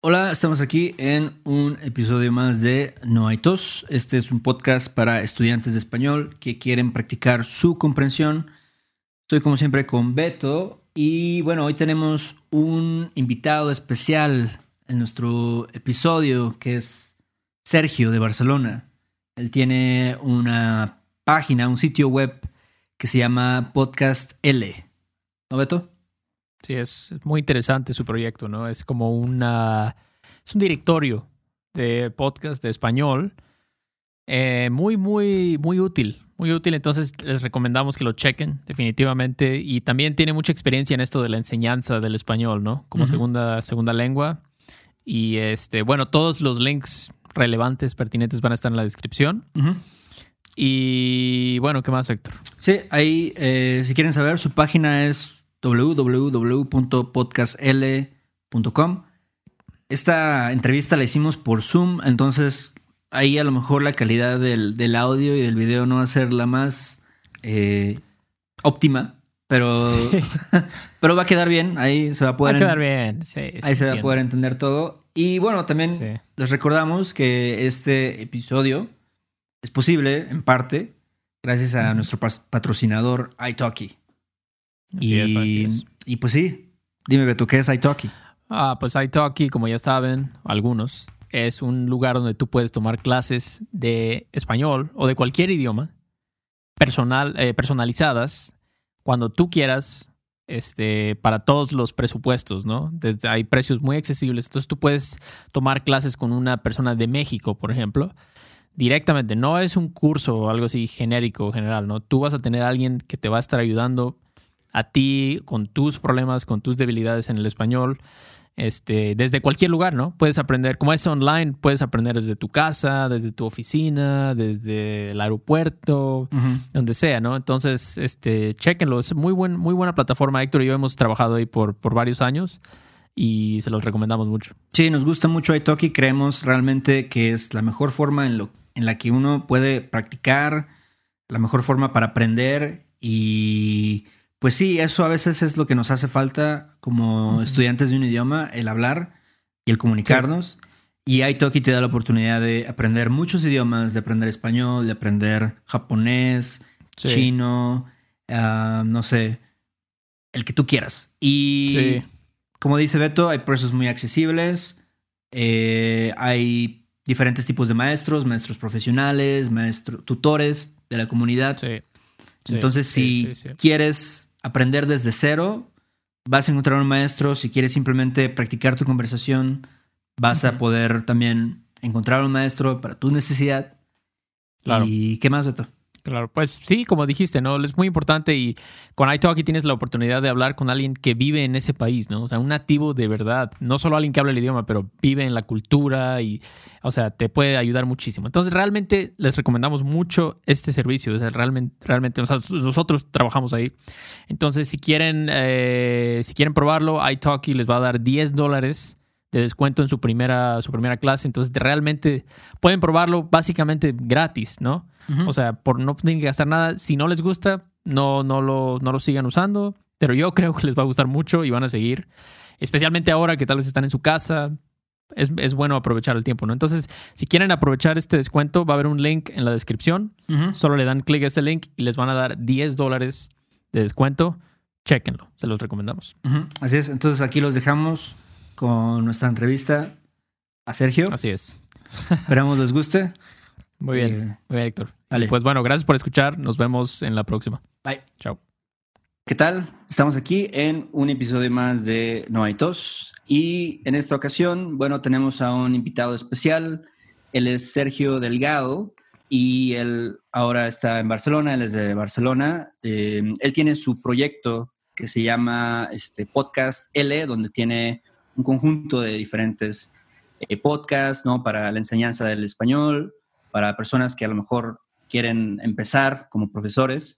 Hola, estamos aquí en un episodio más de No hay tos. Este es un podcast para estudiantes de español que quieren practicar su comprensión. Estoy como siempre con Beto y bueno, hoy tenemos un invitado especial en nuestro episodio que es Sergio de Barcelona. Él tiene una página, un sitio web que se llama Podcast L. ¿No, Beto? Sí, es muy interesante su proyecto, ¿no? Es como es un directorio de podcast de español muy útil, muy útil. Entonces les recomendamos que lo chequen definitivamente. Y también tiene mucha experiencia en esto de la enseñanza del español, ¿no? Como segunda lengua. Y bueno, todos los links relevantes, pertinentes van a estar en la descripción. Y bueno, ¿qué más, Héctor? Sí, ahí si quieren saber, su página es www.podcastl.com. Esta entrevista la hicimos por Zoom, entonces ahí a lo mejor la calidad del audio y del video no va a ser la más óptima, pero, Sí. pero va a quedar bien, ahí se va a poder, Va a quedar bien, sí. ahí se va a poder entender todo. Y bueno, también Sí. les recordamos que este episodio es posible, en parte, gracias a nuestro patrocinador italki. Así es. Y pues sí, dime Beto, ¿qué es italki? Pues italki, como ya saben, algunos, es un lugar donde tú puedes tomar clases de español o de cualquier idioma personalizadas cuando tú quieras, para todos los presupuestos, ¿no? Hay precios muy accesibles. Entonces tú puedes tomar clases con una persona de México, por ejemplo, directamente. No es un curso o algo así genérico, general, ¿no? Tú vas a tener a alguien que te va a estar ayudando a ti con tus problemas, con tus debilidades en el español, desde cualquier lugar, ¿no? Puedes aprender, como es online, puedes aprender desde tu casa, desde tu oficina, desde el aeropuerto, donde sea, ¿no? Entonces, chéquenlo. Es muy buena plataforma. Héctor y yo hemos trabajado ahí por varios años y se los recomendamos mucho. Sí, nos gusta mucho italki. Creemos realmente que es la mejor forma en la que uno puede practicar, la mejor forma para aprender y pues sí, eso a veces es lo que nos hace falta como estudiantes de un idioma, el hablar y el comunicarnos. Sí. Y italki te da la oportunidad de aprender muchos idiomas, de aprender español, de aprender japonés, chino, no sé, el que tú quieras. Y como dice Beto, hay precios muy accesibles, hay diferentes tipos de maestros profesionales, tutores de la comunidad. Entonces, si quieres aprender desde cero, vas a encontrar un maestro. Si quieres simplemente practicar tu conversación, vas a poder también encontrar un maestro para tu necesidad. Claro. ¿Y qué más, Beto? Claro, pues sí, como dijiste, ¿no? Es muy importante y con italki tienes la oportunidad de hablar con alguien que vive en ese país, ¿no? O sea, un nativo de verdad, no solo alguien que habla el idioma, pero vive en la cultura y, o sea, te puede ayudar muchísimo. Entonces, realmente les recomendamos mucho este servicio, o sea, realmente, o sea, nosotros trabajamos ahí. Entonces, si quieren probarlo, italki les va a dar $10 de descuento en su primera clase. Entonces, realmente pueden probarlo básicamente gratis, ¿no? O sea, no tienen que gastar nada. Si no les gusta, no lo sigan usando. Pero yo creo que les va a gustar mucho y van a seguir. Especialmente ahora que tal vez están en su casa. Es bueno aprovechar el tiempo, ¿no? Entonces, si quieren aprovechar este descuento, va a haber un link en la descripción. Solo le dan clic a este link y les van a dar $10 de descuento. Chéquenlo, se los recomendamos. Así es. Entonces, aquí los dejamos con nuestra entrevista a Sergio. Así es. Esperamos les guste. Muy bien, Héctor. Dale. Pues bueno, gracias por escuchar. Nos vemos en la próxima. Bye. Chao. ¿Qué tal? Estamos aquí en un episodio más de No hay tos. Y en esta ocasión, bueno, tenemos a un invitado especial. Él es Sergio Delgado y él ahora está en Barcelona. Él es de Barcelona. Él tiene su proyecto que se llama Podcast L, donde tiene un conjunto de diferentes podcasts, ¿no? Para la enseñanza del español, para personas que a lo mejor quieren empezar como profesores.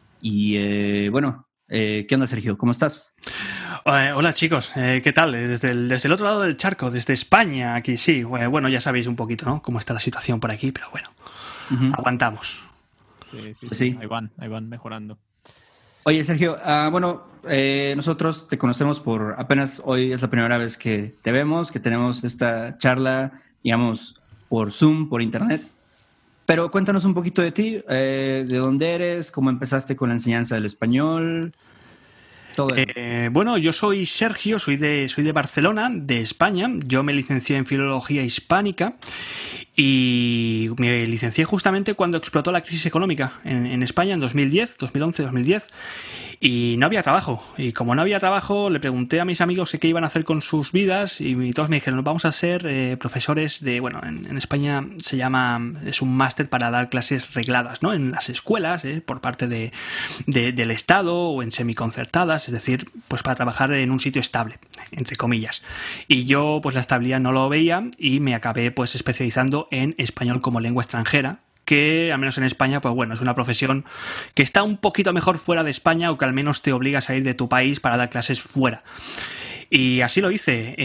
Y bueno, ¿qué onda, Sergio? ¿Cómo estás? Hola chicos, ¿qué tal? Desde el otro lado del charco, desde España, aquí sí. Bueno, ya sabéis un poquito, ¿no? Cómo está la situación por aquí, pero bueno, aguantamos. Sí. Pues sí. Ahí van mejorando. Oye, Sergio, nosotros te conocemos apenas hoy es la primera vez que te vemos, que tenemos esta charla, digamos, por Zoom, por internet. Pero cuéntanos un poquito de ti, de dónde eres, cómo empezaste con la enseñanza del español, todo eso. Bueno, yo soy Sergio, soy de Barcelona, de España. Yo me licencié en Filología Hispánica y me licencié justamente cuando explotó la crisis económica en España en 2010, 2011, 2010. Y no había trabajo. Y como no había trabajo, le pregunté a mis amigos qué iban a hacer con sus vidas y todos me dijeron, vamos a ser profesores de... Bueno, en España es un máster para dar clases regladas, ¿no? En las escuelas, por parte del Estado o en semiconcertadas, es decir, pues para trabajar en un sitio estable, entre comillas. Y yo, pues la estabilidad no lo veía y me acabé pues especializando en español como lengua extranjera, que al menos en España, pues bueno, es una profesión que está un poquito mejor fuera de España o que al menos te obliga a salir de tu país para dar clases fuera. Y así lo hice.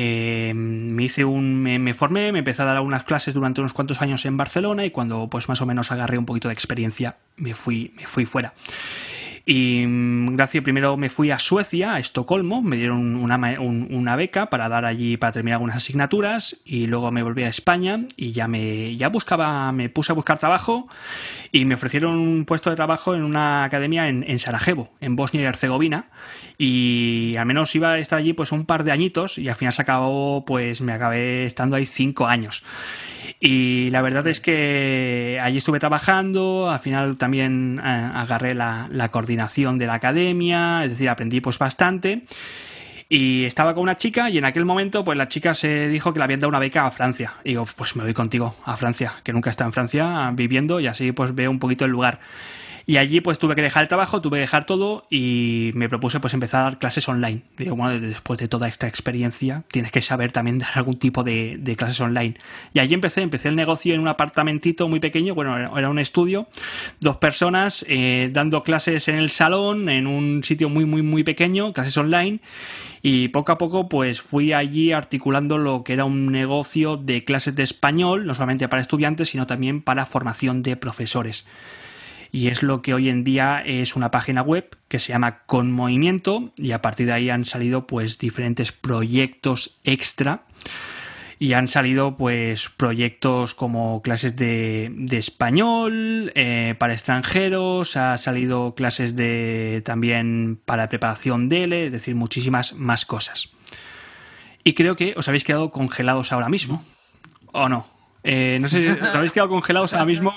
Me formé, me empecé a dar algunas clases durante unos cuantos años en Barcelona y cuando pues más o menos agarré un poquito de experiencia me fui fuera. Y primero me fui a Suecia, a Estocolmo, me dieron una beca para dar allí, para terminar algunas asignaturas y luego me volví a España y me puse a buscar trabajo y me ofrecieron un puesto de trabajo en una academia en Sarajevo, en Bosnia y Herzegovina, y al menos iba a estar allí pues un par de añitos y al final me acabé estando ahí 5 años. Y la verdad es que allí estuve trabajando, al final también agarré la coordinación de la academia, es decir, aprendí pues bastante. Y estaba con una chica y en aquel momento pues la chica se dijo que le habían dado una beca a Francia. Y digo, pues me voy contigo a Francia, que nunca está en Francia viviendo y así pues veo un poquito el lugar. Y allí pues tuve que dejar el trabajo, tuve que dejar todo y me propuse pues empezar a dar clases online. Digo, bueno, después de toda esta experiencia tienes que saber también dar algún tipo de clases online. Y allí empecé el negocio en un apartamentito muy pequeño, bueno, era un estudio, 2 personas dando clases en el salón, en un sitio muy, muy, muy pequeño, clases online. Y poco a poco pues fui allí articulando lo que era un negocio de clases de español, no solamente para estudiantes, sino también para formación de profesores. Y es lo que hoy en día es una página web que se llama Con Movimiento y a partir de ahí han salido pues diferentes proyectos extra y han salido pues proyectos como clases de español para extranjeros, ha salido clases también para preparación DELE, es decir, muchísimas más cosas. Y creo que os habéis quedado congelados ahora mismo, ¿o no? No sé si os habéis quedado congelados ahora mismo.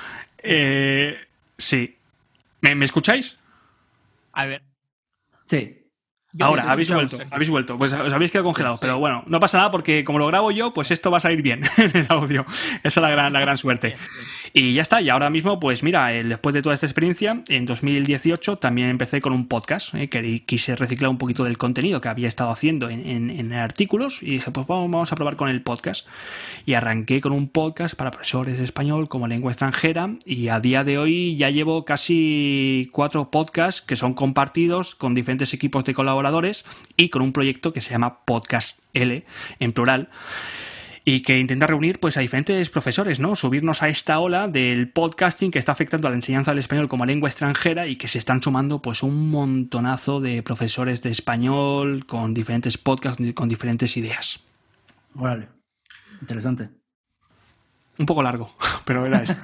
Sí. ¿Me escucháis? A ver. Sí. Ahora, habéis vuelto. Pues os habéis quedado congelados, sí. Pero bueno, no pasa nada porque como lo grabo yo, pues esto va a salir bien en el audio. Esa es la gran suerte. Bien. Y ya está, y ahora mismo, pues mira, después de toda esta experiencia, en 2018 también empecé con un podcast, que quise reciclar un poquito del contenido que había estado haciendo en artículos y dije, pues vamos a probar con el podcast. Y arranqué con un podcast para profesores de español como lengua extranjera y a día de hoy ya llevo casi 4 podcasts que son compartidos con diferentes equipos de colaboradores y con un proyecto que se llama Podcast L, en plural, y que intenta reunir pues a diferentes profesores, ¿no? Subirnos a esta ola del podcasting que está afectando a la enseñanza del español como lengua extranjera y que se están sumando pues un montonazo de profesores de español con diferentes podcasts, con diferentes ideas. Órale, interesante. Un poco largo, pero era esto.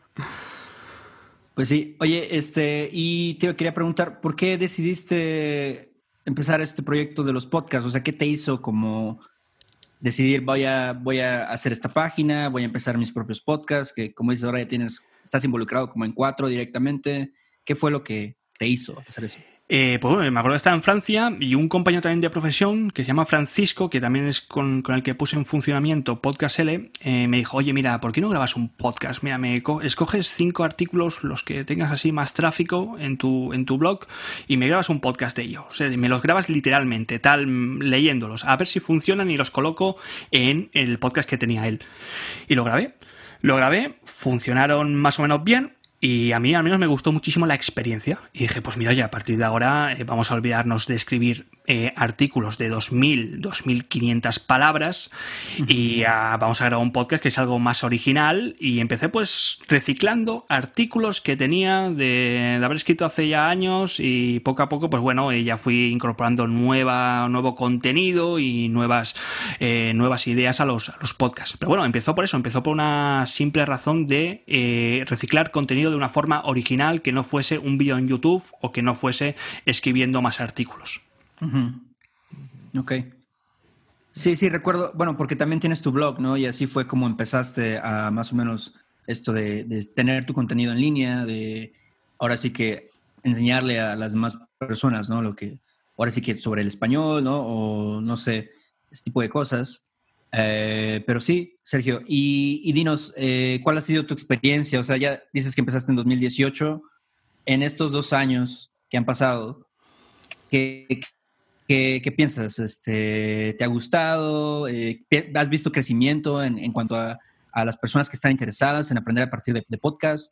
Pues sí, oye, y te quería preguntar, ¿por qué decidiste empezar este proyecto de los podcasts? O sea, ¿qué te hizo como decidir voy a hacer esta página, voy a empezar mis propios podcasts, que como dices ahora ya estás involucrado como en 4 directamente? ¿Qué fue lo que te hizo hacer eso? Pues bueno, me acuerdo de estar en Francia y un compañero también de profesión que se llama Francisco, que también es con el que puse en funcionamiento Podcast L, me dijo, oye, mira, ¿por qué no grabas un podcast? Mira, escoges 5 artículos, los que tengas así más tráfico en tu blog y me grabas un podcast de ellos. O sea, me los grabas literalmente, leyéndolos, a ver si funcionan y los coloco en el podcast que tenía él. Y lo grabé, funcionaron más o menos bien. Y a mí al menos me gustó muchísimo la experiencia y dije, pues mira, ya a partir de ahora vamos a olvidarnos de escribir artículos de 2.000, 2.500 palabras y vamos a grabar un podcast que es algo más original, y empecé pues reciclando artículos que tenía de haber escrito hace ya años, y poco a poco pues bueno, ya fui incorporando nuevo contenido y nuevas ideas a los podcasts. Pero bueno, empezó por una simple razón de reciclar contenido de una forma original, que no fuese un vídeo en YouTube o que no fuese escribiendo más artículos. Ok. Sí, recuerdo, bueno, porque también tienes tu blog, ¿no? Y así fue como empezaste a más o menos esto de tener tu contenido en línea, de ahora sí que enseñarle a las demás personas, ¿no? Ahora sí que sobre el español, ¿no? O no sé, ese tipo de cosas. Pero sí, Sergio, y dinos, ¿cuál ha sido tu experiencia? O sea, ya dices que empezaste en 2018. En estos 2 años que han pasado, ¿qué piensas? ¿Te ha gustado? ¿Has visto crecimiento en cuanto a las personas que están interesadas en aprender a partir de podcast?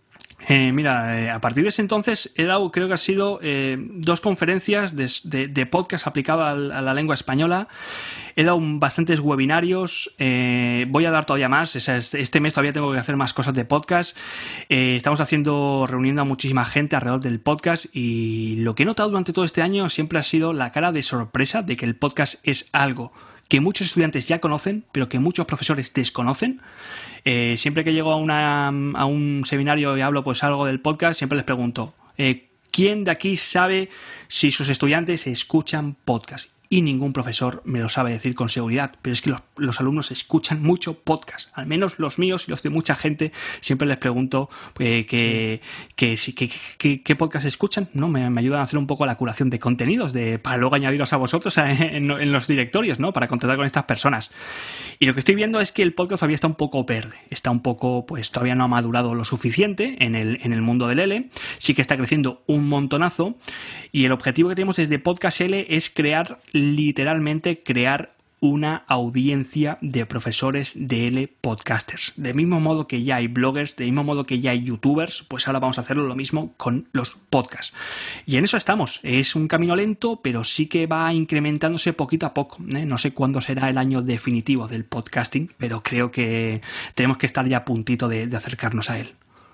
Mira, a partir de ese entonces he dado, creo que ha sido 2 conferencias de podcast aplicado a la lengua española. He dado bastantes webinarios, voy a dar todavía más. Este mes todavía tengo que hacer más cosas de podcast. Estamos reuniendo a muchísima gente alrededor del podcast, y lo que he notado durante todo este año siempre ha sido la cara de sorpresa de que el podcast es algo que muchos estudiantes ya conocen, pero que muchos profesores desconocen. Siempre que llego a un seminario y hablo pues algo del podcast, siempre les pregunto, ¿quién de aquí sabe si sus estudiantes escuchan podcast? Y ningún profesor me lo sabe decir con seguridad, pero es que los alumnos escuchan mucho podcast, al menos los míos y los de mucha gente. Siempre les pregunto qué podcast escuchan, ¿no? Me ayudan a hacer un poco la curación de contenidos para luego añadiros a vosotros en los directorios, ¿no? Para contactar con estas personas. Y lo que estoy viendo es que el podcast todavía está un poco verde, está un poco, pues todavía no ha madurado lo suficiente en el mundo del L. Sí que está creciendo un montonazo, y el objetivo que tenemos desde Podcast L es literalmente crear una audiencia de profesores de L podcasters. Del mismo modo que ya hay bloggers, del mismo modo que ya hay youtubers, pues ahora vamos a hacerlo lo mismo con los podcasts. Y en eso estamos. Es un camino lento, pero sí que va incrementándose poquito a poco. No sé cuándo será el año definitivo del podcasting, pero creo que tenemos que estar ya a puntito de acercarnos a él.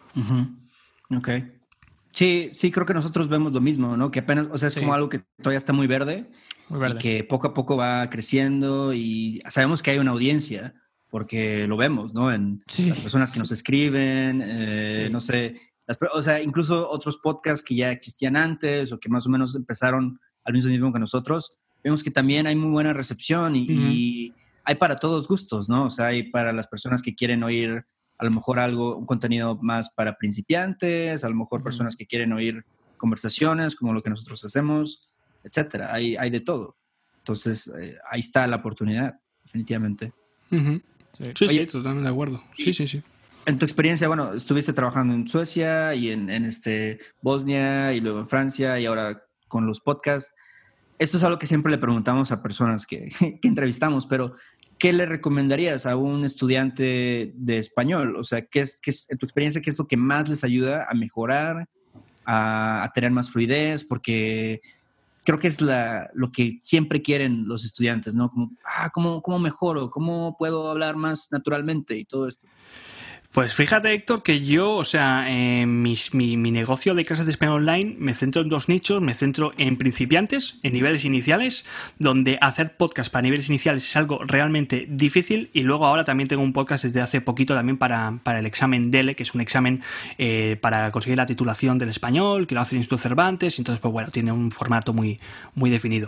Ok. Sí, creo que nosotros vemos lo mismo, ¿no? Que apenas, o sea, es como algo que todavía está muy verde. Y que poco a poco va creciendo, y sabemos que hay una audiencia porque lo vemos, ¿no? En las personas que nos escriben, no sé, o sea, incluso otros podcasts que ya existían antes o que más o menos empezaron al mismo tiempo que nosotros, vemos que también hay muy buena recepción y hay para todos gustos, ¿no? O sea, hay para las personas que quieren oír a lo mejor un contenido más para principiantes, a lo mejor personas que quieren oír conversaciones como lo que nosotros hacemos, etcétera. Hay de todo. Entonces, ahí está la oportunidad, definitivamente. Sí, totalmente de acuerdo. Sí. En tu experiencia, bueno, estuviste trabajando en Suecia y en Bosnia y luego en Francia y ahora con los podcasts. Esto es algo que siempre le preguntamos a personas que entrevistamos, pero ¿qué le recomendarías a un estudiante de español? O sea, ¿qué es en tu experiencia, qué es lo que más les ayuda a mejorar, a tener más fluidez? Porque creo que es lo que siempre quieren los estudiantes, ¿no? Como, ¿cómo mejoro? ¿Cómo puedo hablar más naturalmente? Y todo esto. Pues fíjate, Héctor, que yo, o sea, mi negocio de clases de español online me centro en 2 nichos. Me centro en principiantes, en niveles iniciales, donde hacer podcast para niveles iniciales es algo realmente difícil. Y luego ahora también tengo un podcast desde hace poquito también para el examen DELE, que es un examen para conseguir la titulación del español, que lo hace el Instituto Cervantes. Entonces, pues bueno, tiene un formato muy, muy definido.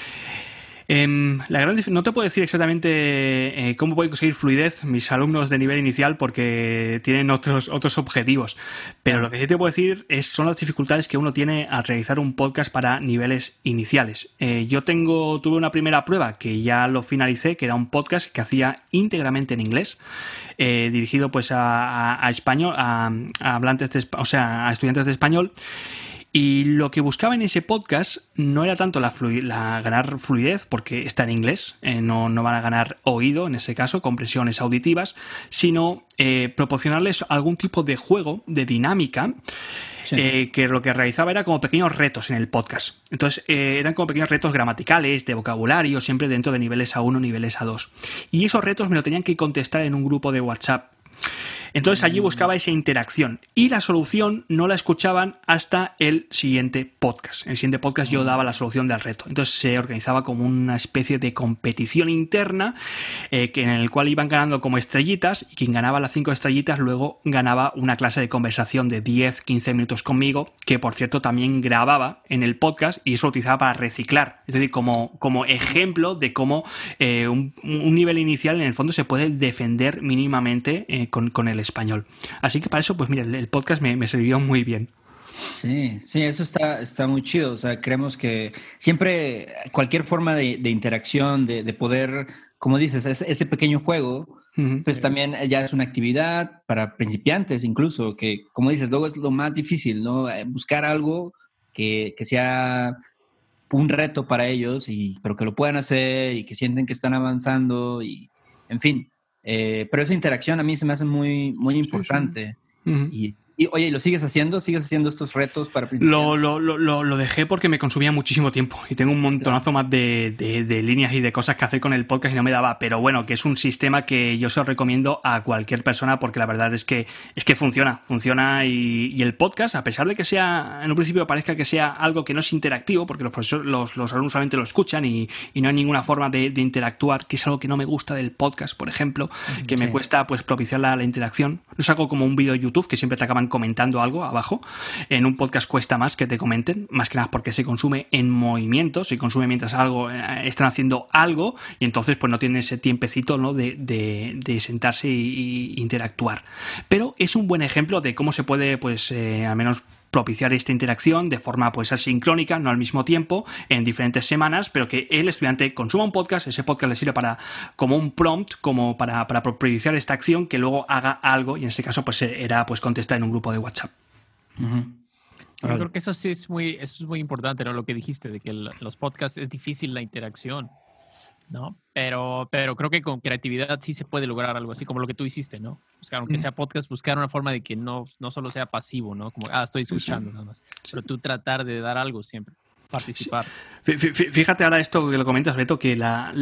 No te puedo decir exactamente cómo pueden conseguir fluidez mis alumnos de nivel inicial, porque tienen otros objetivos, pero lo que sí te puedo decir son las dificultades que uno tiene al realizar un podcast para niveles iniciales. Yo tuve una primera prueba que ya lo finalicé, que era un podcast que hacía íntegramente en inglés, dirigido pues a español, a hablantes a estudiantes de español. Y lo que buscaba en ese podcast no era tanto ganar fluidez, porque está en inglés, no van a ganar oído en ese caso, compresiones auditivas, sino proporcionarles algún tipo de juego, de dinámica, que lo que realizaba era como pequeños retos en el podcast. Entonces eran como pequeños retos gramaticales, de vocabulario, siempre dentro de niveles A1, niveles A2. Y esos retos me lo tenían que contestar en un grupo de WhatsApp. Entonces allí buscaba esa interacción y la solución no la escuchaban hasta el siguiente podcast. En el siguiente podcast yo daba la solución del reto. Entonces se organizaba como una especie de competición interna en el cual iban ganando como estrellitas y quien ganaba las 5 estrellitas luego ganaba una clase de conversación de 10-15 minutos conmigo, que por cierto también grababa en el podcast y eso lo utilizaba para reciclar. Es decir, como ejemplo de cómo un nivel inicial en el fondo se puede defender mínimamente con el español. Así que para eso, pues mira, el podcast me sirvió muy bien. Sí, eso está muy chido. O sea, creemos que siempre cualquier forma de interacción, de poder, como dices, ese pequeño juego, pues también ya es una actividad para principiantes incluso, que como dices, luego es lo más difícil, ¿no? Buscar algo que sea un reto para ellos, pero que lo puedan hacer y que sienten que están avanzando y, en fin. Pero esa interacción a mí se me hace muy, muy importante. Sí. Y oye, ¿lo sigues haciendo? ¿Sigues haciendo estos retos para principiantes? Lo dejé porque me consumía muchísimo tiempo y tengo un montonazo más de líneas y de cosas que hacer con el podcast y no me daba. Pero bueno, que es un sistema que yo se lo recomiendo a cualquier persona porque la verdad es que funciona y el podcast, a pesar de que sea, en un principio parezca que sea algo que no es interactivo, porque los profesores, los alumnos solamente lo escuchan y no hay ninguna forma de interactuar, que es algo que no me gusta del podcast, por ejemplo, que me cuesta pues propiciar la interacción. No es algo como un vídeo de YouTube que siempre te acaban comentando algo abajo. En un podcast cuesta más que te comenten, más que nada porque se consume en movimiento, se consume mientras están haciendo algo y entonces pues no tienen ese tiempecito, ¿no? de sentarse e interactuar. Pero es un buen ejemplo de cómo se puede pues al menos propiciar esta interacción de forma pues asincrónica, no al mismo tiempo, en diferentes semanas, pero que el estudiante consuma un podcast, ese podcast le sirve como un prompt, como para propiciar esta acción, que luego haga algo, y en este caso pues era pues contestar en un grupo de WhatsApp. Yo creo que eso sí es muy importante, ¿no? Lo que dijiste, de que los podcasts es difícil la interacción, ¿no? Pero creo que con creatividad sí se puede lograr algo así, como lo que tú hiciste, ¿no? Buscar, aunque sea podcast, buscar una forma de que no solo sea pasivo, ¿no? Como, estoy escuchando nada más. Pero tú tratar de dar algo siempre, participar. Sí. Fíjate ahora esto que lo comentas, Beto, que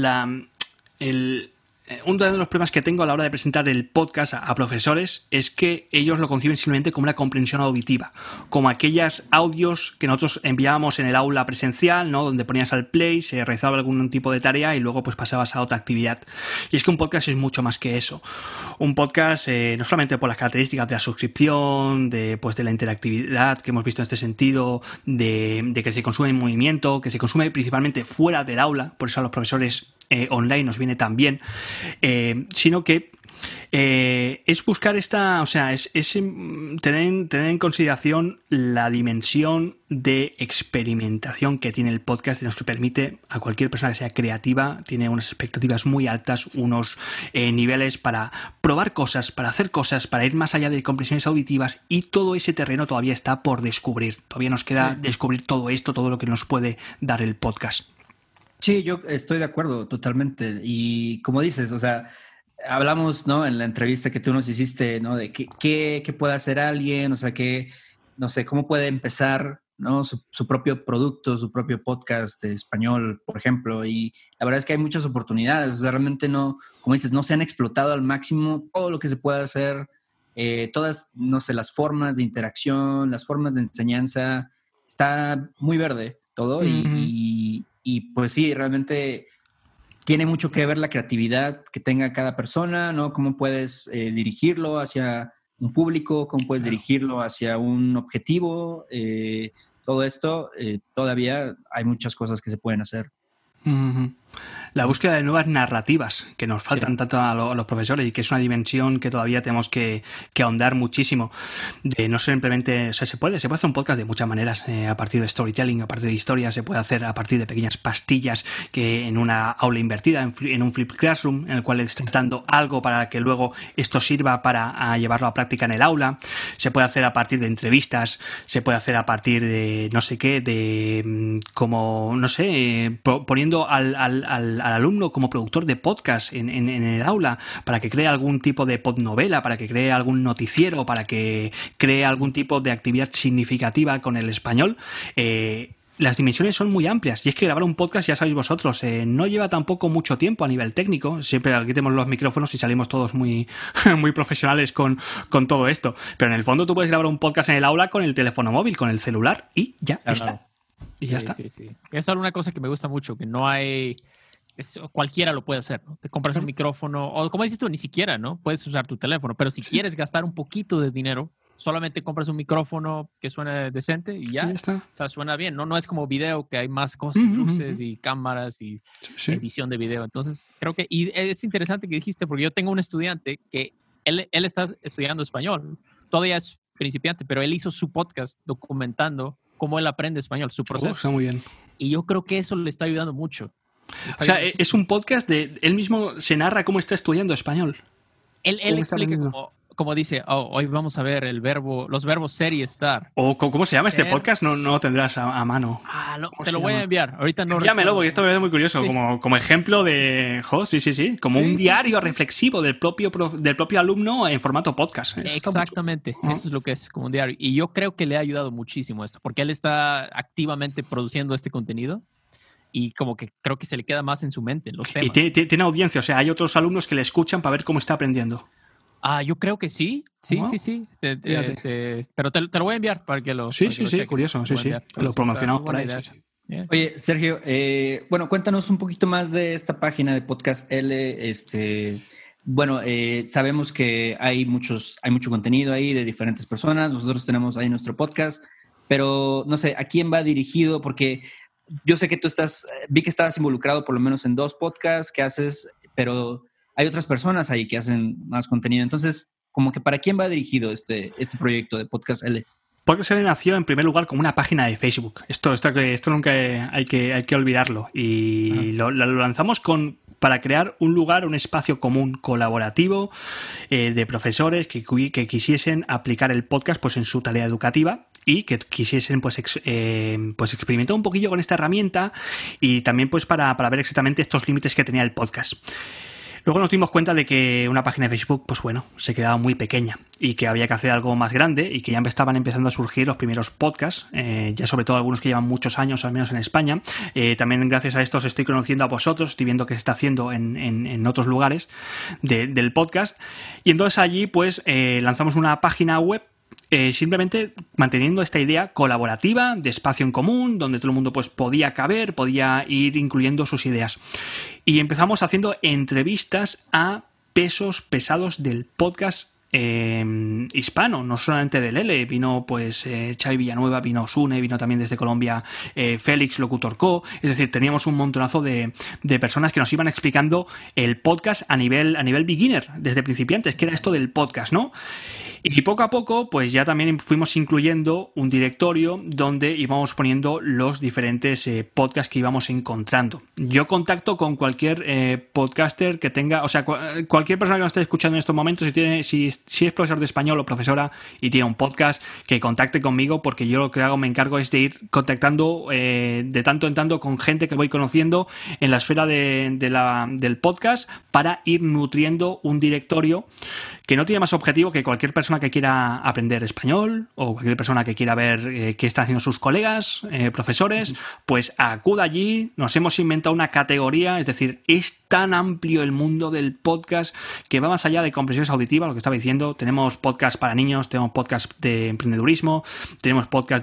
uno de los problemas que tengo a la hora de presentar el podcast a profesores es que ellos lo conciben simplemente como una comprensión auditiva, como aquellos audios que nosotros enviábamos en el aula presencial, ¿no? Donde ponías al play, se realizaba algún tipo de tarea y luego pues pasabas a otra actividad. Y es que un podcast es mucho más que eso. Un podcast, no solamente por las características de la suscripción, de la interactividad que hemos visto en este sentido, de que se consume en movimiento, que se consume principalmente fuera del aula, por eso a los profesores online nos viene tan bien, sino que es buscar es tener en consideración la dimensión de experimentación que tiene el podcast y nos permite a cualquier persona que sea creativa, tiene unas expectativas muy altas, unos niveles para probar cosas, para hacer cosas, para ir más allá de compresiones auditivas, y todo ese terreno todavía está por descubrir. Todavía nos queda descubrir todo esto, todo lo que nos puede dar el podcast. Sí, yo estoy de acuerdo totalmente. Y como dices, o sea, hablamos, ¿no? En la entrevista que tú nos hiciste, ¿no? De qué puede hacer alguien, o sea, no sé, cómo puede empezar, ¿no? Su propio producto, su propio podcast de español, por ejemplo. Y la verdad es que hay muchas oportunidades. O sea, realmente no, como dices, no se han explotado al máximo todo lo que se puede hacer. Todas, no sé, las formas de interacción, las formas de enseñanza. Está muy verde todo y pues sí, realmente tiene mucho que ver la creatividad que tenga cada persona, ¿no? Cómo puedes dirigirlo hacia un público, cómo puedes dirigirlo hacia un objetivo. Todo esto, todavía hay muchas cosas que se pueden hacer. La búsqueda de nuevas narrativas que nos faltan tanto a los profesores y que es una dimensión que todavía tenemos que ahondar muchísimo. De no simplemente, o sea, se puede hacer un podcast de muchas maneras, a partir de storytelling, a partir de historia, se puede hacer a partir de pequeñas pastillas que en una aula invertida, en un flip classroom, en el cual le estás dando algo para que luego esto sirva para llevarlo a práctica en el aula. Se puede hacer a partir de entrevistas, se puede hacer a partir de no sé qué, de como, no sé, poniendo al alumno como productor de podcast en el aula para que cree algún tipo de podnovela, para que cree algún noticiero, para que cree algún tipo de actividad significativa con el español. Las dimensiones son muy amplias y es que grabar un podcast, ya sabéis vosotros, no lleva tampoco mucho tiempo a nivel técnico. Siempre aquí tenemos los micrófonos y salimos todos muy, muy profesionales con todo esto, pero en el fondo tú puedes grabar un podcast en el aula con el teléfono móvil, con el celular y ya está. Y ya está. Sí. Es alguna cosa que me gusta mucho, que no hay... cualquiera lo puede hacer, ¿no? Te compras un micrófono, o como dices tú, ni siquiera, ¿no? Puedes usar tu teléfono, pero si quieres gastar un poquito de dinero, solamente compras un micrófono que suene decente y ya está. O sea, suena bien. No es como video, que hay más cosas, luces y cámaras y edición de video. Entonces, creo que... Y es interesante que dijiste, porque yo tengo un estudiante que él está estudiando español. Todavía es principiante, pero él hizo su podcast documentando cómo él aprende español, su proceso. Está muy bien. Y yo creo que eso le está ayudando mucho. O sea, es un podcast de... Él mismo se narra cómo está estudiando español. Él explica como dice, hoy vamos a ver los verbos ser y estar. ¿O cómo se llama este podcast? No lo tendrás a mano. No, te lo voy a enviar. Ahorita no. Envíamelo porque esto me parece muy curioso. Sí. Como ejemplo de... sí. Como un diario reflexivo del propio alumno en formato podcast. Exactamente. Eso es lo que es, como un diario. Y yo creo que le ha ayudado muchísimo esto, porque él está activamente produciendo este contenido. Y como que creo que se le queda más en su mente los temas. Y tiene audiencia, o sea, hay otros alumnos que le escuchan para ver cómo está aprendiendo. Yo creo que sí. Sí. Pero te lo voy a enviar para que lo... Sí, curioso. Sí. Lo promocionamos por ahí. Oye, Sergio, cuéntanos un poquito más de esta página de Podcast L. Sabemos que hay mucho contenido ahí de diferentes personas. Nosotros tenemos ahí nuestro podcast, pero no sé, ¿a quién va dirigido? Porque yo sé que vi que estabas involucrado por lo menos en 2 podcasts que haces, pero hay otras personas ahí que hacen más contenido. Entonces, como que ¿para quién va dirigido este proyecto de Podcast L? Podcast L nació en primer lugar como una página de Facebook. Esto nunca hay que olvidarlo. Y lo lanzamos para crear un lugar, un espacio común colaborativo de profesores que quisiesen aplicar el podcast pues en su tarea educativa y que quisiesen pues experimentar un poquillo con esta herramienta y también pues para ver exactamente estos límites que tenía el podcast. Luego nos dimos cuenta de que una página de Facebook, pues bueno, se quedaba muy pequeña y que había que hacer algo más grande y que ya estaban empezando a surgir los primeros podcasts, ya sobre todo algunos que llevan muchos años, al menos en España. También gracias a esto os estoy conociendo a vosotros, estoy viendo que se está haciendo en otros lugares del podcast. Y entonces allí pues lanzamos una página web simplemente manteniendo esta idea colaborativa de espacio en común, donde todo el mundo pues podía caber, podía ir incluyendo sus ideas. Y empezamos haciendo entrevistas a pesos pesados del podcast hispano, no solamente del L. Vino pues Xavi Villanueva, vino Sune, vino también desde Colombia Félix Locutor Co. Es decir, teníamos un montonazo de personas que nos iban explicando el podcast a nivel beginner, desde principiantes, que era esto del podcast, ¿no? Y poco a poco, pues ya también fuimos incluyendo un directorio donde íbamos poniendo los diferentes podcasts que íbamos encontrando. Yo contacto con cualquier podcaster que tenga, o sea, cualquier persona que nos esté escuchando en estos momentos, si es profesor de español o profesora y tiene un podcast, que contacte conmigo, porque yo lo que hago, me encargo es de ir contactando de tanto en tanto con gente que voy conociendo en la esfera del podcast para ir nutriendo un directorio que no tiene más objetivo que cualquier persona que quiera aprender español o cualquier persona que quiera ver qué están haciendo sus colegas, profesores, pues acuda allí. Nos hemos inventado una categoría, es decir, es tan amplio el mundo del podcast que va más allá de comprensiones auditivas, lo que estaba diciendo. Tenemos podcast para niños, tenemos podcast de emprendedurismo, tenemos podcast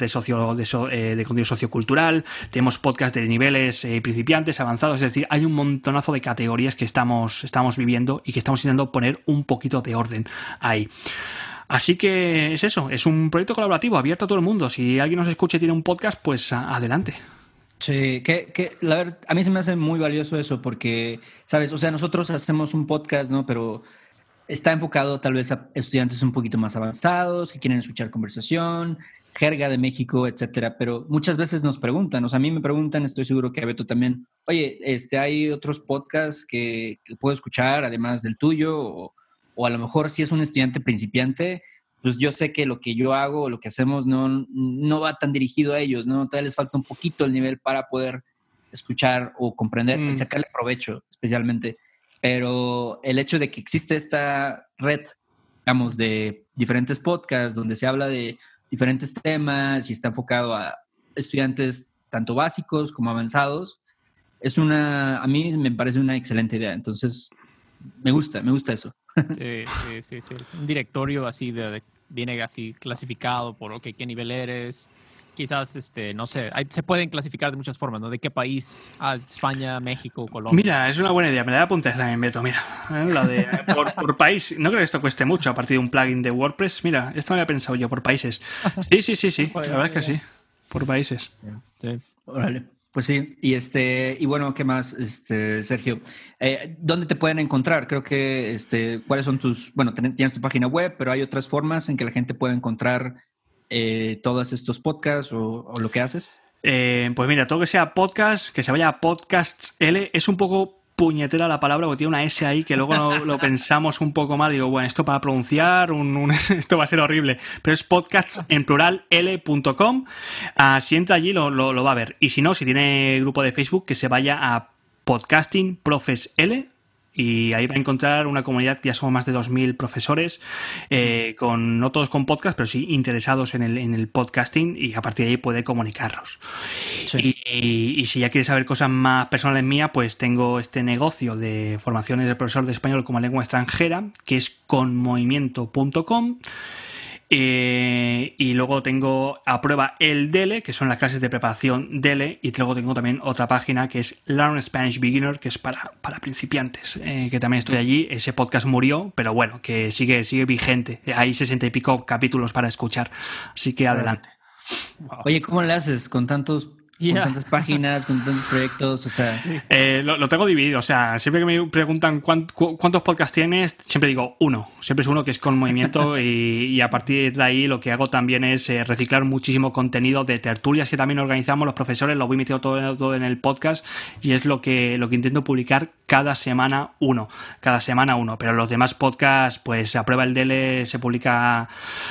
de contenido sociocultural, tenemos podcast de niveles principiantes, avanzados, es decir, hay un montonazo de categorías que estamos viviendo y que estamos intentando poner un poquito de orden ahí. Así que es eso, es un proyecto colaborativo abierto a todo el mundo. Si alguien nos escucha y tiene un podcast, pues adelante. Sí, la verdad, a mí se me hace muy valioso eso porque, ¿sabes? O sea, nosotros hacemos un podcast, ¿no? Pero está enfocado tal vez a estudiantes un poquito más avanzados que quieren escuchar conversación, jerga de México, etcétera. Pero muchas veces nos preguntan, o sea, a mí me preguntan, estoy seguro que a Beto también, oye, hay otros podcasts que puedo escuchar además del tuyo, o a lo mejor si es un estudiante principiante, pues yo sé que lo que yo hago o lo que hacemos no va tan dirigido a ellos, ¿no? Todavía les falta un poquito el nivel para poder escuchar o comprender y sacarle provecho, especialmente. Pero el hecho de que existe esta red, digamos, de diferentes podcasts donde se habla de diferentes temas y está enfocado a estudiantes tanto básicos como avanzados, a mí me parece una excelente idea. Entonces, me gusta eso. Sí. Un directorio así viene así clasificado por, ok, qué nivel eres. Quizás, no sé, se pueden clasificar de muchas formas, ¿no? ¿De qué país? España, México, Colombia. Mira, es una buena idea. Me la voy a apuntar también, Beto. Mira, la de por país. No creo que esto cueste mucho a partir de un plugin de WordPress. Mira, esto me había pensado yo, por países. Sí. La verdad es que sí. Por países. Sí. Órale. Pues sí, y bueno, ¿qué más, Sergio? ¿Dónde te pueden encontrar? Creo que, ¿cuáles son tienes tu página web, pero hay otras formas en que la gente puede encontrar todos estos podcasts o lo que haces? Pues mira, todo que sea podcast, que se vaya a Podcasts L, es un poco puñetera la palabra porque tiene una S ahí que luego lo pensamos un poco mal. Digo, bueno, esto para pronunciar, esto va a ser horrible. Pero es podcasts en plural l.com. Si entra allí lo va a ver. Y si no, si tiene grupo de Facebook, que se vaya a Podcasting Profes L. Y ahí va a encontrar una comunidad, ya somos más de 2.000 profesores, no todos con podcast, pero sí interesados en el podcasting, y a partir de ahí puede comunicarlos. Sí. Y si ya quieres saber cosas más personales mías, pues tengo este negocio de formaciones de profesor de español como lengua extranjera, que es conmovimiento.com. Y luego tengo a prueba el DELE, que son las clases de preparación DELE, y luego tengo también otra página que es Learn Spanish Beginner, que es para principiantes, que también estoy allí. Ese podcast murió, pero bueno, que sigue vigente. Hay 60 y pico capítulos para escuchar, así que adelante. Oye, ¿cómo le haces con tantas páginas, con tantos proyectos? O sea, lo tengo dividido. O sea, siempre que me preguntan cuántos podcasts tienes, siempre digo uno. Siempre es uno, que es con movimiento, y a partir de ahí lo que hago también es reciclar muchísimo contenido de tertulias que también organizamos los profesores. Lo voy metiendo todo en el podcast, y es lo que intento publicar cada semana uno. Pero los demás podcasts, pues a prueba el DL se publica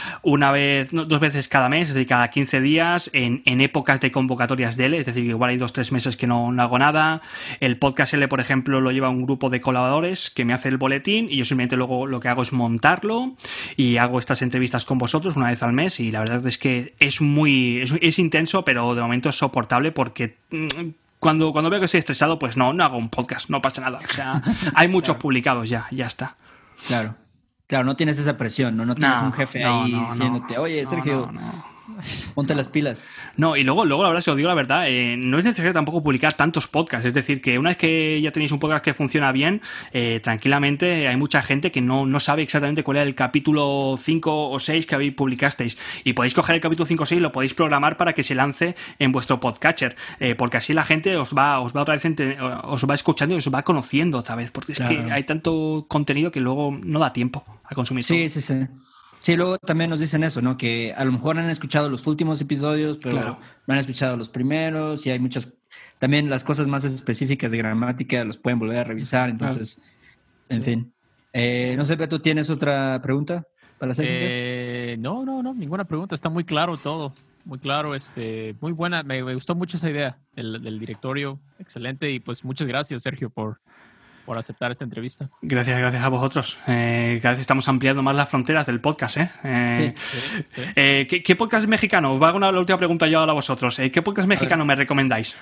dos veces cada mes, es decir, cada 15 días, en épocas de convocatorias DL, es decir, que igual hay 2-3 meses que no hago nada. El podcast L, por ejemplo, lo lleva un grupo de colaboradores que me hace el boletín, y yo simplemente luego lo que hago es montarlo, y hago estas entrevistas con vosotros una vez al mes, y la verdad es que es intenso, pero de momento es soportable, porque cuando veo que estoy estresado, pues no hago un podcast, no pasa nada. O sea, hay muchos publicados ya está. Claro, no tienes esa presión, no tienes un jefe ahí diciéndote, oye, Sergio, ponte las pilas. No, y luego la verdad, si os digo la verdad, no es necesario tampoco publicar tantos podcasts. Es decir, que una vez que ya tenéis un podcast que funciona bien, tranquilamente hay mucha gente que no sabe exactamente cuál era el capítulo 5 o 6 que publicasteis. Y podéis coger el capítulo 5 o 6 y lo podéis programar para que se lance en vuestro podcatcher. Porque así la gente os va otra vez os va escuchando y os va conociendo otra vez. Porque es que hay tanto contenido que luego no da tiempo a consumir todo. Sí. Sí, luego también nos dicen eso, ¿no? Que a lo mejor han escuchado los últimos episodios, pero no han escuchado los primeros, y hay muchas... También las cosas más específicas de gramática los pueden volver a revisar, entonces, en fin. No sé, ¿tú tienes otra pregunta para hacer? No, ninguna pregunta. Está muy claro todo. Muy claro, muy buena. Me gustó mucho esa idea del directorio. Excelente, y pues muchas gracias, Sergio, por aceptar esta entrevista. Gracias a vosotros. Cada vez estamos ampliando más las fronteras del podcast, ¿eh? Sí. ¿Qué podcast mexicano? Os hago la última pregunta yo a vosotros. ¿Qué podcast mexicano me recomendáis?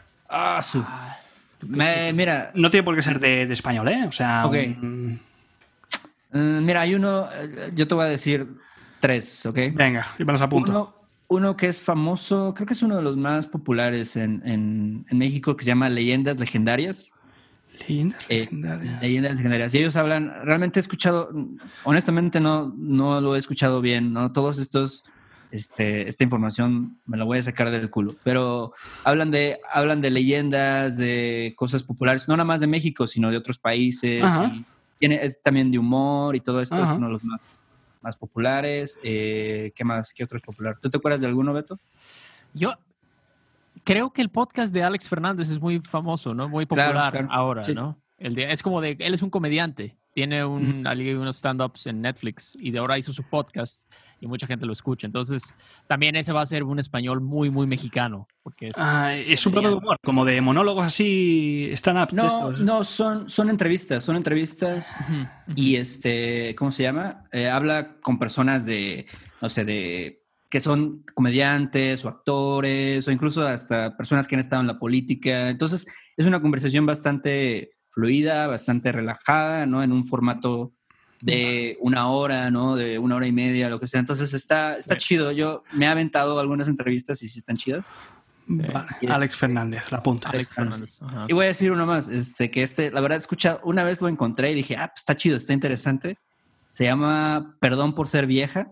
Mira... No tiene por qué ser de español, ¿eh? O sea... Okay. Mira, hay uno... Yo te voy a decir 3, ¿ok? Venga, yo me los apunto. Uno que es famoso, creo que es uno de los más populares en México, que se llama Leyendas Legendarias. Leyendas legendarias. Y ellos hablan, realmente he escuchado, honestamente no lo he escuchado bien, ¿no? Todos estos esta información me la voy a sacar del culo. Pero hablan de leyendas, de cosas populares, no nada más de México, sino de otros países. Y es también de humor y todo esto. Es uno de los más populares. ¿Qué más? ¿Qué otro es popular? ¿Tú te acuerdas de alguno, Beto? Yo creo que el podcast de Alex Fernández es muy famoso, ¿no? Muy popular claro. Ahora, sí. ¿No? Es como él es un comediante. Tiene unos stand-ups en Netflix y de ahora hizo su podcast y mucha gente lo escucha. Entonces, también ese va a ser un español muy, muy mexicano. Porque es un programa de humor, como de monólogos así, stand-up. No, son entrevistas. Y ¿cómo se llama? Habla con personas que son comediantes o actores o incluso hasta personas que han estado en la política. Entonces, es una conversación bastante fluida, bastante relajada, ¿no? En un formato de 1 hora, ¿no? De 1 hora y media, lo que sea. Entonces está chido. Yo me he aventado algunas entrevistas y sí están chidas. Vale. Alex Fernández, la punta. Alex Fernández. Y voy a decir uno más, la verdad una vez lo encontré y dije, pues está chido, está interesante. Se llama Perdón por ser vieja.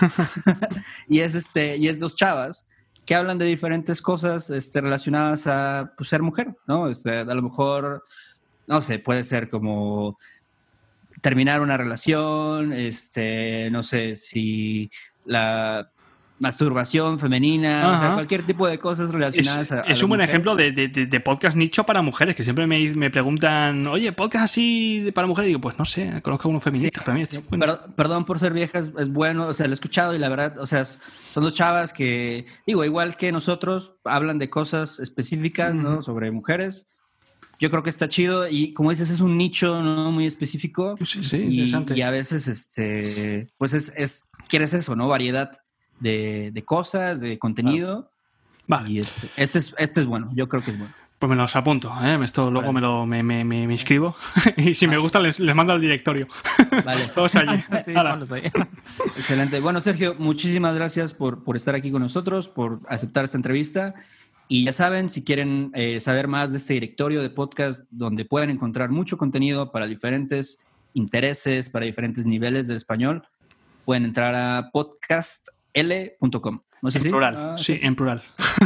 y es 2 chavas que hablan de diferentes cosas relacionadas a ser mujer, ¿no? A lo mejor, no sé, puede ser como terminar una relación, no sé, si la masturbación femenina, o sea, cualquier tipo de cosas relacionadas a es un buen ejemplo de podcast nicho para mujeres, que siempre me preguntan, oye, podcast así para mujeres, y digo, pues no sé, conozco a unos feministas, para mí es bueno. Perdón por ser vieja, es bueno, o sea, lo he escuchado y la verdad, o sea, son 2 chavas que, digo, igual que nosotros, hablan de cosas específicas, ¿no? Sobre mujeres. Yo creo que está chido y, como dices, es un nicho, ¿no? Muy específico. Sí, interesante. Y a veces, pues quieres eso, ¿no? Variedad de cosas, de contenido. Vale. Y este es bueno, yo creo que es bueno. Pues me los apunto, Esto luego me inscribo y si me gusta les mando al directorio. Vale. Todos allí. Sí, ahí. Excelente. Bueno, Sergio, muchísimas gracias por estar aquí con nosotros, por aceptar esta entrevista. Y ya saben, si quieren saber más de este directorio de podcast donde pueden encontrar mucho contenido para diferentes intereses, para diferentes niveles del español, pueden entrar a podcastl.com. ¿No sé en si? plural, sí, en plural.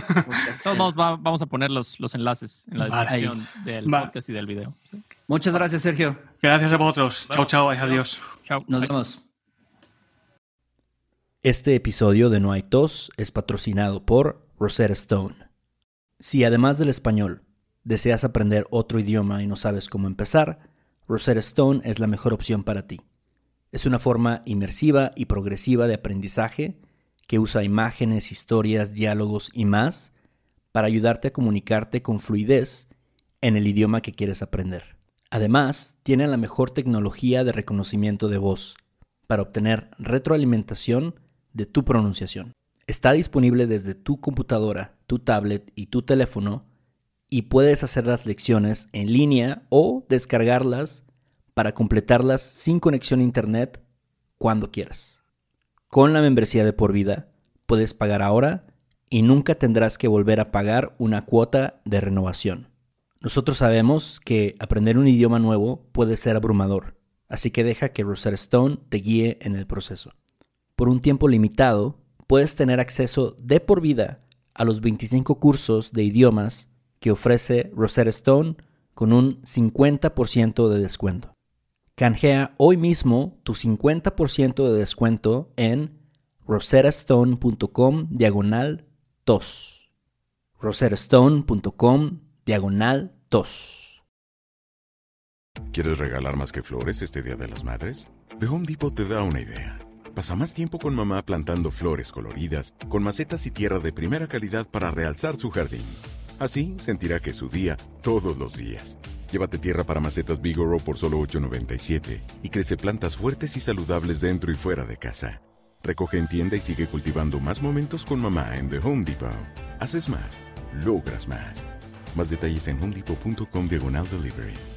Vamos a poner los enlaces en la descripción del podcast y del video. ¿Sí? Muchas gracias, Sergio. Gracias a vosotros. Chao, adiós. Chao. Nos vemos. Este episodio de No hay tos es patrocinado por Rosetta Stone. Si además del español deseas aprender otro idioma y no sabes cómo empezar, Rosetta Stone es la mejor opción para ti. Es una forma inmersiva y progresiva de aprendizaje que usa imágenes, historias, diálogos y más para ayudarte a comunicarte con fluidez en el idioma que quieres aprender. Además, tiene la mejor tecnología de reconocimiento de voz para obtener retroalimentación de tu pronunciación. Está disponible desde tu computadora, tu tablet y tu teléfono y puedes hacer las lecciones en línea o descargarlas para completarlas sin conexión a internet cuando quieras. Con la membresía de por vida puedes pagar ahora y nunca tendrás que volver a pagar una cuota de renovación. Nosotros sabemos que aprender un idioma nuevo puede ser abrumador, así que deja que Rosetta Stone te guíe en el proceso. Por un tiempo limitado, puedes tener acceso de por vida a los 25 cursos de idiomas que ofrece Rosetta Stone con un 50% de descuento. Canjea hoy mismo tu 50% de descuento en rosettastone.com/tos. rosettastone.com/tos. ¿Quieres regalar más que flores este Día de las Madres? The Home Depot te da una idea. Pasa más tiempo con mamá plantando flores coloridas, con macetas y tierra de primera calidad para realzar su jardín. Así sentirá que es su día todos los días. Llévate tierra para macetas Vigoro por solo $8.97 y crece plantas fuertes y saludables dentro y fuera de casa. Recoge en tienda y sigue cultivando más momentos con mamá en The Home Depot. Haces más, logras más. Más detalles en homedepot.com/delivery.